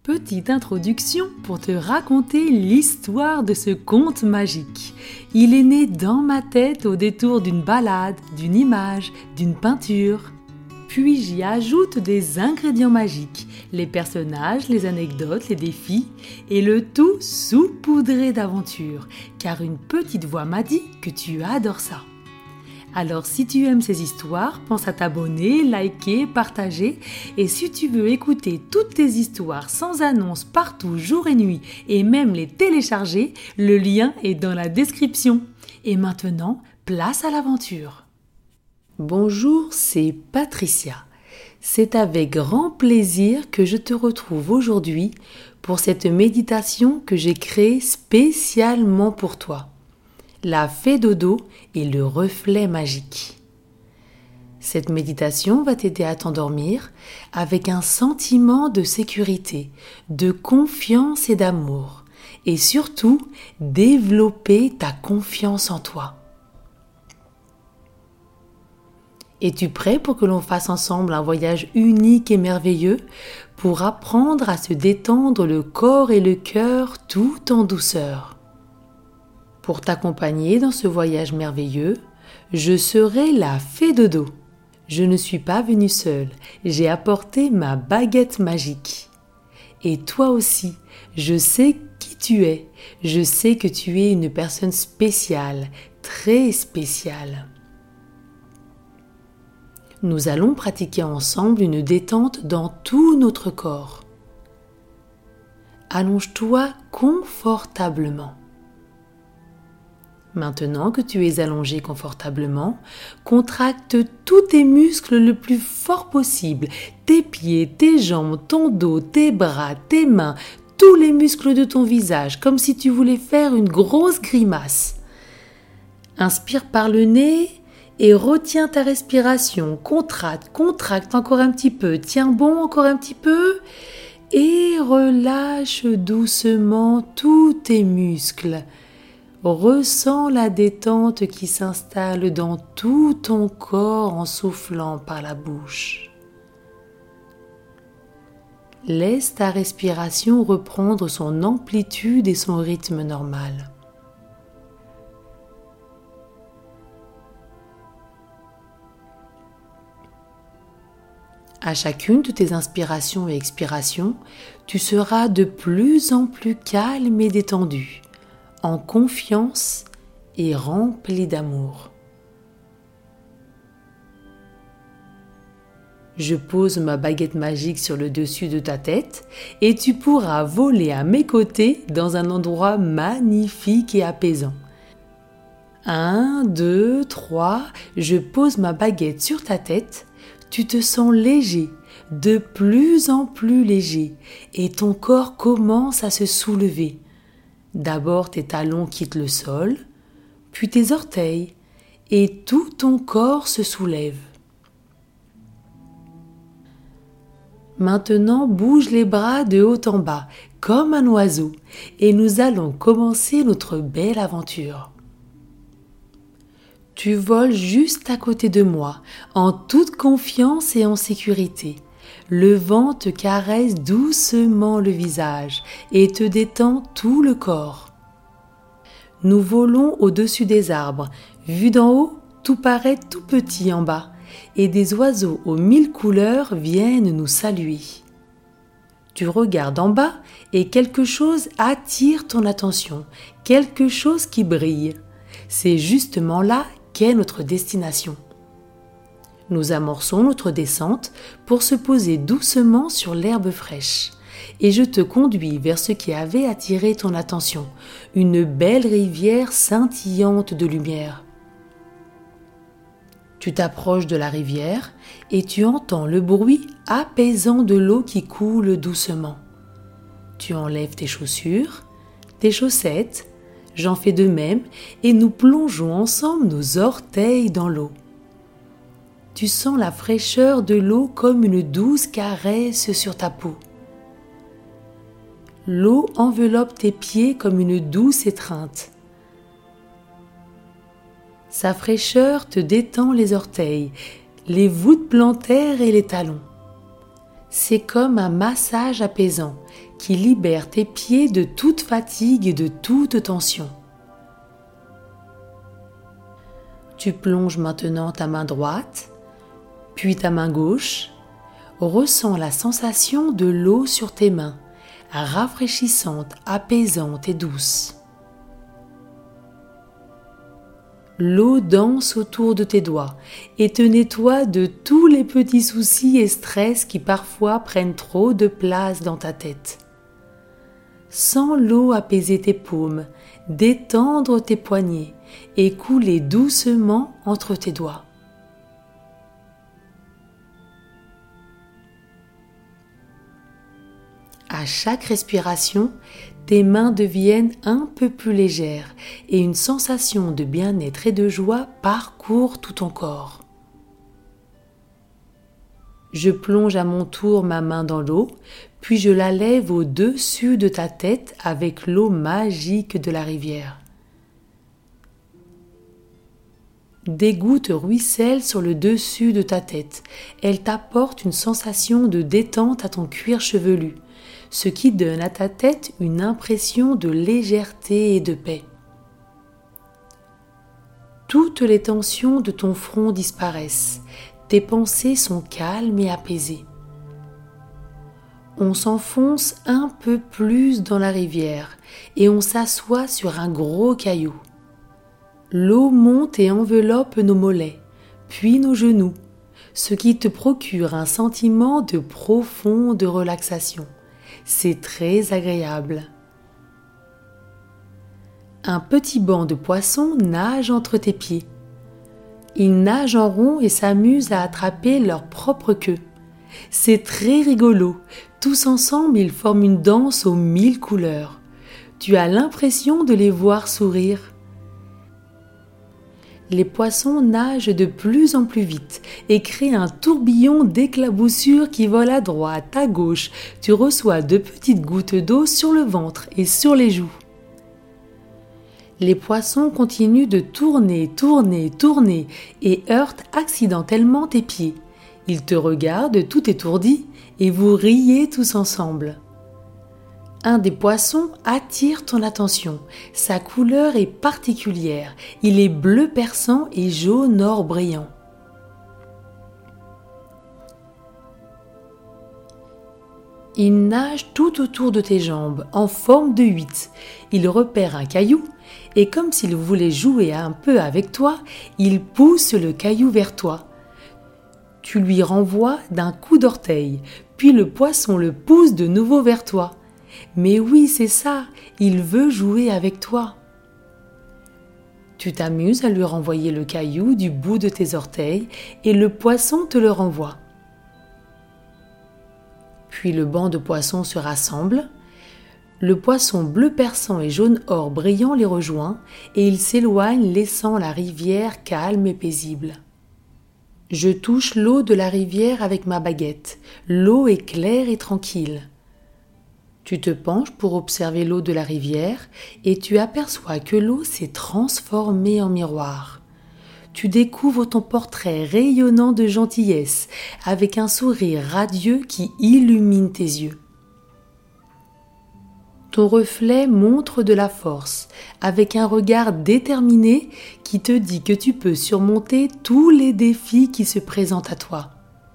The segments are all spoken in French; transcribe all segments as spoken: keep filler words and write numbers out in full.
Petite introduction pour te raconter l'histoire de ce conte magique. Il est né dans ma tête au détour d'une balade, d'une image, d'une peinture. Puis j'y ajoute des ingrédients magiques, les personnages, les anecdotes, les défis, et le tout saupoudré d'aventures, car une petite voix m'a dit que tu adores ça. Alors si tu aimes ces histoires, pense à t'abonner, liker, partager, et si tu veux écouter toutes tes histoires sans annonce partout, jour et nuit, et même les télécharger, le lien est dans la description. Et maintenant, place à l'aventure. Bonjour, c'est Patricia. C'est avec grand plaisir que je te retrouve aujourd'hui pour cette méditation que j'ai créée spécialement pour toi. La fée dodo et le reflet magique. Cette méditation va t'aider à t'endormir avec un sentiment de sécurité, de confiance et d'amour, et surtout développer ta confiance en toi. Es-tu prêt pour que l'on fasse ensemble un voyage unique et merveilleux pour apprendre à se détendre le corps et le cœur tout en douceur? Pour t'accompagner dans ce voyage merveilleux, je serai la fée dodo. Je ne suis pas venue seule, j'ai apporté ma baguette magique. Et toi aussi, je sais qui tu es, je sais que tu es une personne spéciale, très spéciale. Nous allons pratiquer ensemble une détente dans tout notre corps. Allonge-toi confortablement. Maintenant que tu es allongé confortablement, contracte tous tes muscles le plus fort possible, tes pieds, tes jambes, ton dos, tes bras, tes mains, tous les muscles de ton visage, comme si tu voulais faire une grosse grimace. Inspire par le nez et retiens ta respiration, contracte, contracte encore un petit peu, tiens bon encore un petit peu et relâche doucement tous tes muscles. Ressens la détente qui s'installe dans tout ton corps en soufflant par la bouche. Laisse ta respiration reprendre son amplitude et son rythme normal. À chacune de tes inspirations et expirations, tu seras de plus en plus calme et détendu, en confiance et rempli d'amour. Je pose ma baguette magique sur le dessus de ta tête et tu pourras voler à mes côtés dans un endroit magnifique et apaisant. Un, deux, trois, je pose ma baguette sur ta tête, tu te sens léger, de plus en plus léger, et ton corps commence à se soulever. D'abord tes talons quittent le sol, puis tes orteils, et tout ton corps se soulève. Maintenant, bouge les bras de haut en bas, comme un oiseau, et nous allons commencer notre belle aventure. Tu voles juste à côté de moi, en toute confiance et en sécurité. Le vent te caresse doucement le visage et te détend tout le corps. Nous volons au-dessus des arbres. Vu d'en haut, tout paraît tout petit en bas et des oiseaux aux mille couleurs viennent nous saluer. Tu regardes en bas et quelque chose attire ton attention, quelque chose qui brille. C'est justement là qu'est notre destination. Nous amorçons notre descente pour se poser doucement sur l'herbe fraîche et je te conduis vers ce qui avait attiré ton attention, une belle rivière scintillante de lumière. Tu t'approches de la rivière et tu entends le bruit apaisant de l'eau qui coule doucement. Tu enlèves tes chaussures, tes chaussettes, j'en fais de même et nous plongeons ensemble nos orteils dans l'eau. Tu sens la fraîcheur de l'eau comme une douce caresse sur ta peau. L'eau enveloppe tes pieds comme une douce étreinte. Sa fraîcheur te détend les orteils, les voûtes plantaires et les talons. C'est comme un massage apaisant qui libère tes pieds de toute fatigue et de toute tension. Tu plonges maintenant ta main droite, puis ta main gauche. Ressens la sensation de l'eau sur tes mains, rafraîchissante, apaisante et douce. L'eau danse autour de tes doigts et te nettoie de tous les petits soucis et stress qui parfois prennent trop de place dans ta tête. Sens l'eau apaiser tes paumes, détendre tes poignets et couler doucement entre tes doigts. À chaque respiration, tes mains deviennent un peu plus légères et une sensation de bien-être et de joie parcourt tout ton corps. Je plonge à mon tour ma main dans l'eau, puis je la lève au-dessus de ta tête avec l'eau magique de la rivière. Des gouttes ruissellent sur le dessus de ta tête. Elles t'apportent une sensation de détente à ton cuir chevelu, ce qui donne à ta tête une impression de légèreté et de paix. Toutes les tensions de ton front disparaissent, tes pensées sont calmes et apaisées. On s'enfonce un peu plus dans la rivière et on s'assoit sur un gros caillou. L'eau monte et enveloppe nos mollets, puis nos genoux, ce qui te procure un sentiment de profonde relaxation. C'est très agréable. Un petit banc de poissons nage entre tes pieds. Ils nagent en rond et s'amusent à attraper leur propre queue. C'est très rigolo. Tous ensemble, ils forment une danse aux mille couleurs. Tu as l'impression de les voir sourire. Les poissons nagent de plus en plus vite et créent un tourbillon d'éclaboussures qui vole à droite, à gauche. Tu reçois de petites gouttes d'eau sur le ventre et sur les joues. Les poissons continuent de tourner, tourner, tourner et heurtent accidentellement tes pieds. Ils te regardent tout étourdi et vous riez tous ensemble. Un des poissons attire ton attention. Sa couleur est particulière. Il est bleu perçant et jaune or brillant. Il nage tout autour de tes jambes, en forme de huit. Il repère un caillou et comme s'il voulait jouer un peu avec toi, il pousse le caillou vers toi. Tu lui renvoies d'un coup d'orteil, puis le poisson le pousse de nouveau vers toi. Mais oui, c'est ça, il veut jouer avec toi. Tu t'amuses à lui renvoyer le caillou du bout de tes orteils et le poisson te le renvoie. Puis le banc de poissons se rassemble. Le poisson bleu perçant et jaune or brillant les rejoint et il s'éloigne laissant la rivière calme et paisible. Je touche l'eau de la rivière avec ma baguette. L'eau est claire et tranquille. Tu te penches pour observer l'eau de la rivière et tu aperçois que l'eau s'est transformée en miroir. Tu découvres ton portrait rayonnant de gentillesse avec un sourire radieux qui illumine tes yeux. Ton reflet montre de la force avec un regard déterminé qui te dit que tu peux surmonter tous les défis qui se présentent à toi.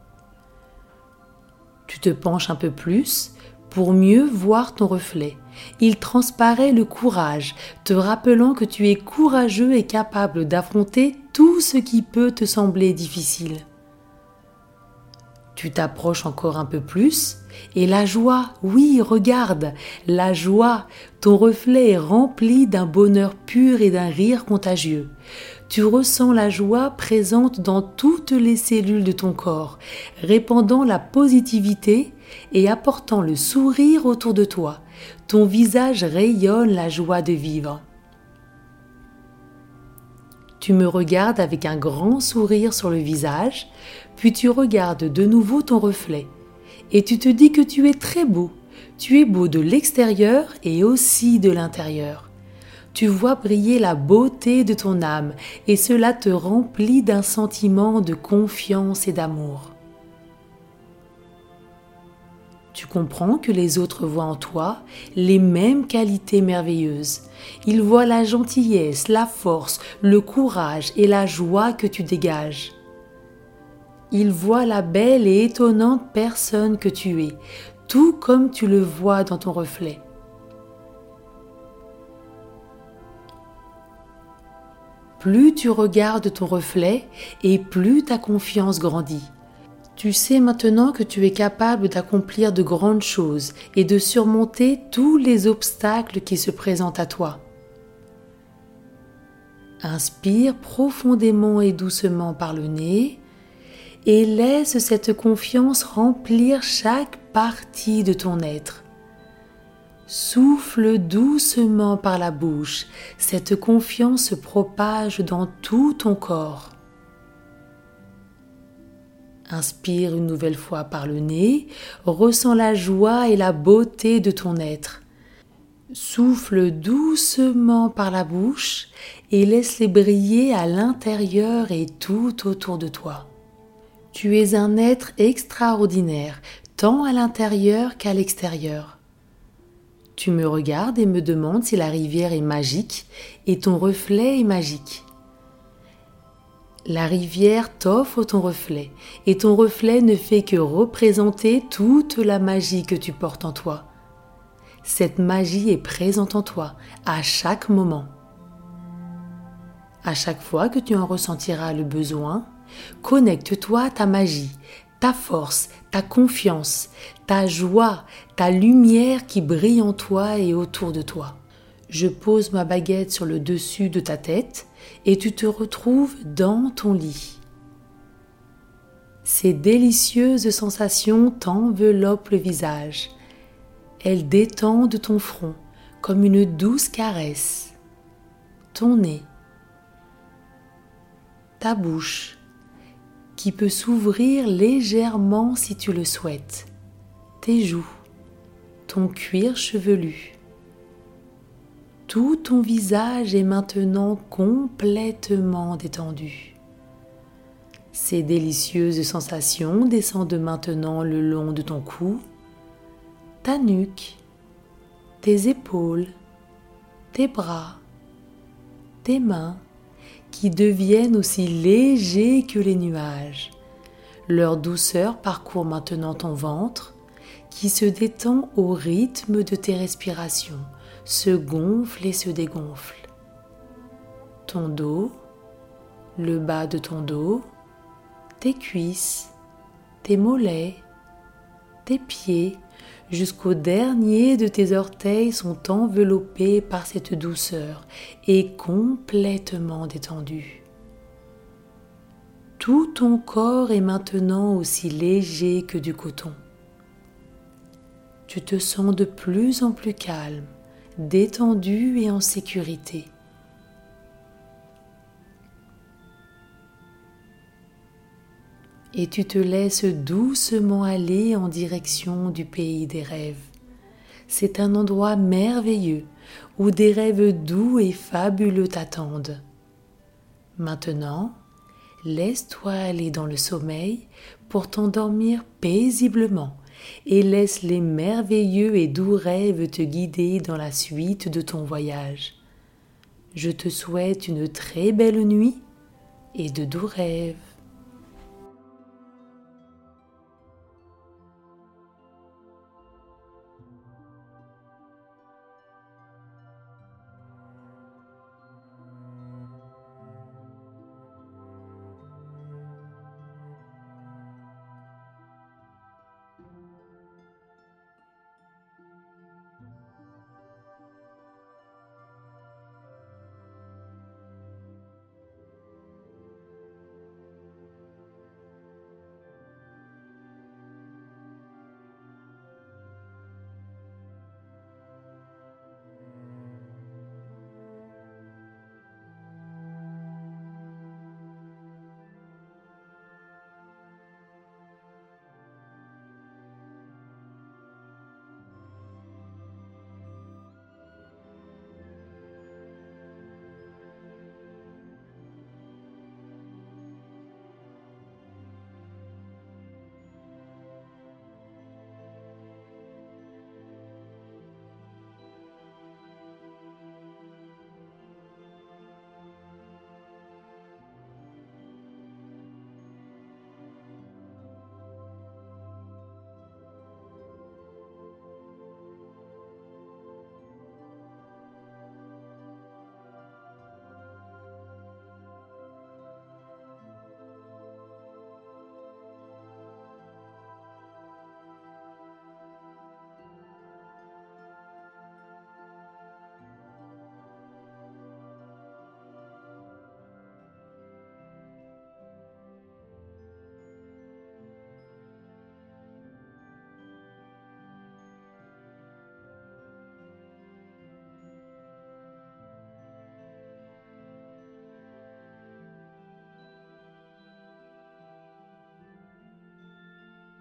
Tu te penches un peu plus pour mieux voir ton reflet. Il transparaît le courage, te rappelant que tu es courageux et capable d'affronter tout ce qui peut te sembler difficile. Tu t'approches encore un peu plus et la joie, oui, regarde, la joie, ton reflet est rempli d'un bonheur pur et d'un rire contagieux. Tu ressens la joie présente dans toutes les cellules de ton corps, répandant la positivité et apportant le sourire autour de toi. Ton visage rayonne la joie de vivre. Tu me regardes avec un grand sourire sur le visage, puis tu regardes de nouveau ton reflet et tu te dis que tu es très beau. Tu es beau de l'extérieur et aussi de l'intérieur. Tu vois briller la beauté de ton âme et cela te remplit d'un sentiment de confiance et d'amour. Tu comprends que les autres voient en toi les mêmes qualités merveilleuses. Ils voient la gentillesse, la force, le courage et la joie que tu dégages. Ils voient la belle et étonnante personne que tu es, tout comme tu le vois dans ton reflet. Plus tu regardes ton reflet et plus ta confiance grandit. Tu sais maintenant que tu es capable d'accomplir de grandes choses et de surmonter tous les obstacles qui se présentent à toi. Inspire profondément et doucement par le nez et laisse cette confiance remplir chaque partie de ton être. Souffle doucement par la bouche, cette confiance se propage dans tout ton corps. Inspire une nouvelle fois par le nez, ressens la joie et la beauté de ton être. Souffle doucement par la bouche et laisse-les briller à l'intérieur et tout autour de toi. Tu es un être extraordinaire, tant à l'intérieur qu'à l'extérieur. Tu me regardes et me demandes si la rivière est magique et ton reflet est magique. La rivière t'offre ton reflet et ton reflet ne fait que représenter toute la magie que tu portes en toi. Cette magie est présente en toi à chaque moment. À chaque fois que tu en ressentiras le besoin, connecte-toi à ta magie, ta force, ta confiance, ta joie, ta lumière qui brille en toi et autour de toi. Je pose ma baguette sur le dessus de ta tête et tu te retrouves dans ton lit. Ces délicieuses sensations t'enveloppent le visage. Elles détendent ton front comme une douce caresse. Ton nez, ta bouche, qui peut s'ouvrir légèrement si tu le souhaites, tes joues, ton cuir chevelu. Tout ton visage est maintenant complètement détendu. Ces délicieuses sensations descendent maintenant le long de ton cou, ta nuque, tes épaules, tes bras, tes mains, qui deviennent aussi légers que les nuages. Leur douceur parcourt maintenant ton ventre, qui se détend au rythme de tes respirations, se gonfle et se dégonfle. Ton dos, le bas de ton dos, tes cuisses, tes mollets, tes pieds, jusqu'au dernier de tes orteils sont enveloppés par cette douceur et complètement détendus. Tout ton corps est maintenant aussi léger que du coton. Tu te sens de plus en plus calme, détendu et en sécurité. Et tu te laisses doucement aller en direction du pays des rêves. C'est un endroit merveilleux où des rêves doux et fabuleux t'attendent. Maintenant, laisse-toi aller dans le sommeil pour t'endormir paisiblement et laisse les merveilleux et doux rêves te guider dans la suite de ton voyage. Je te souhaite une très belle nuit et de doux rêves.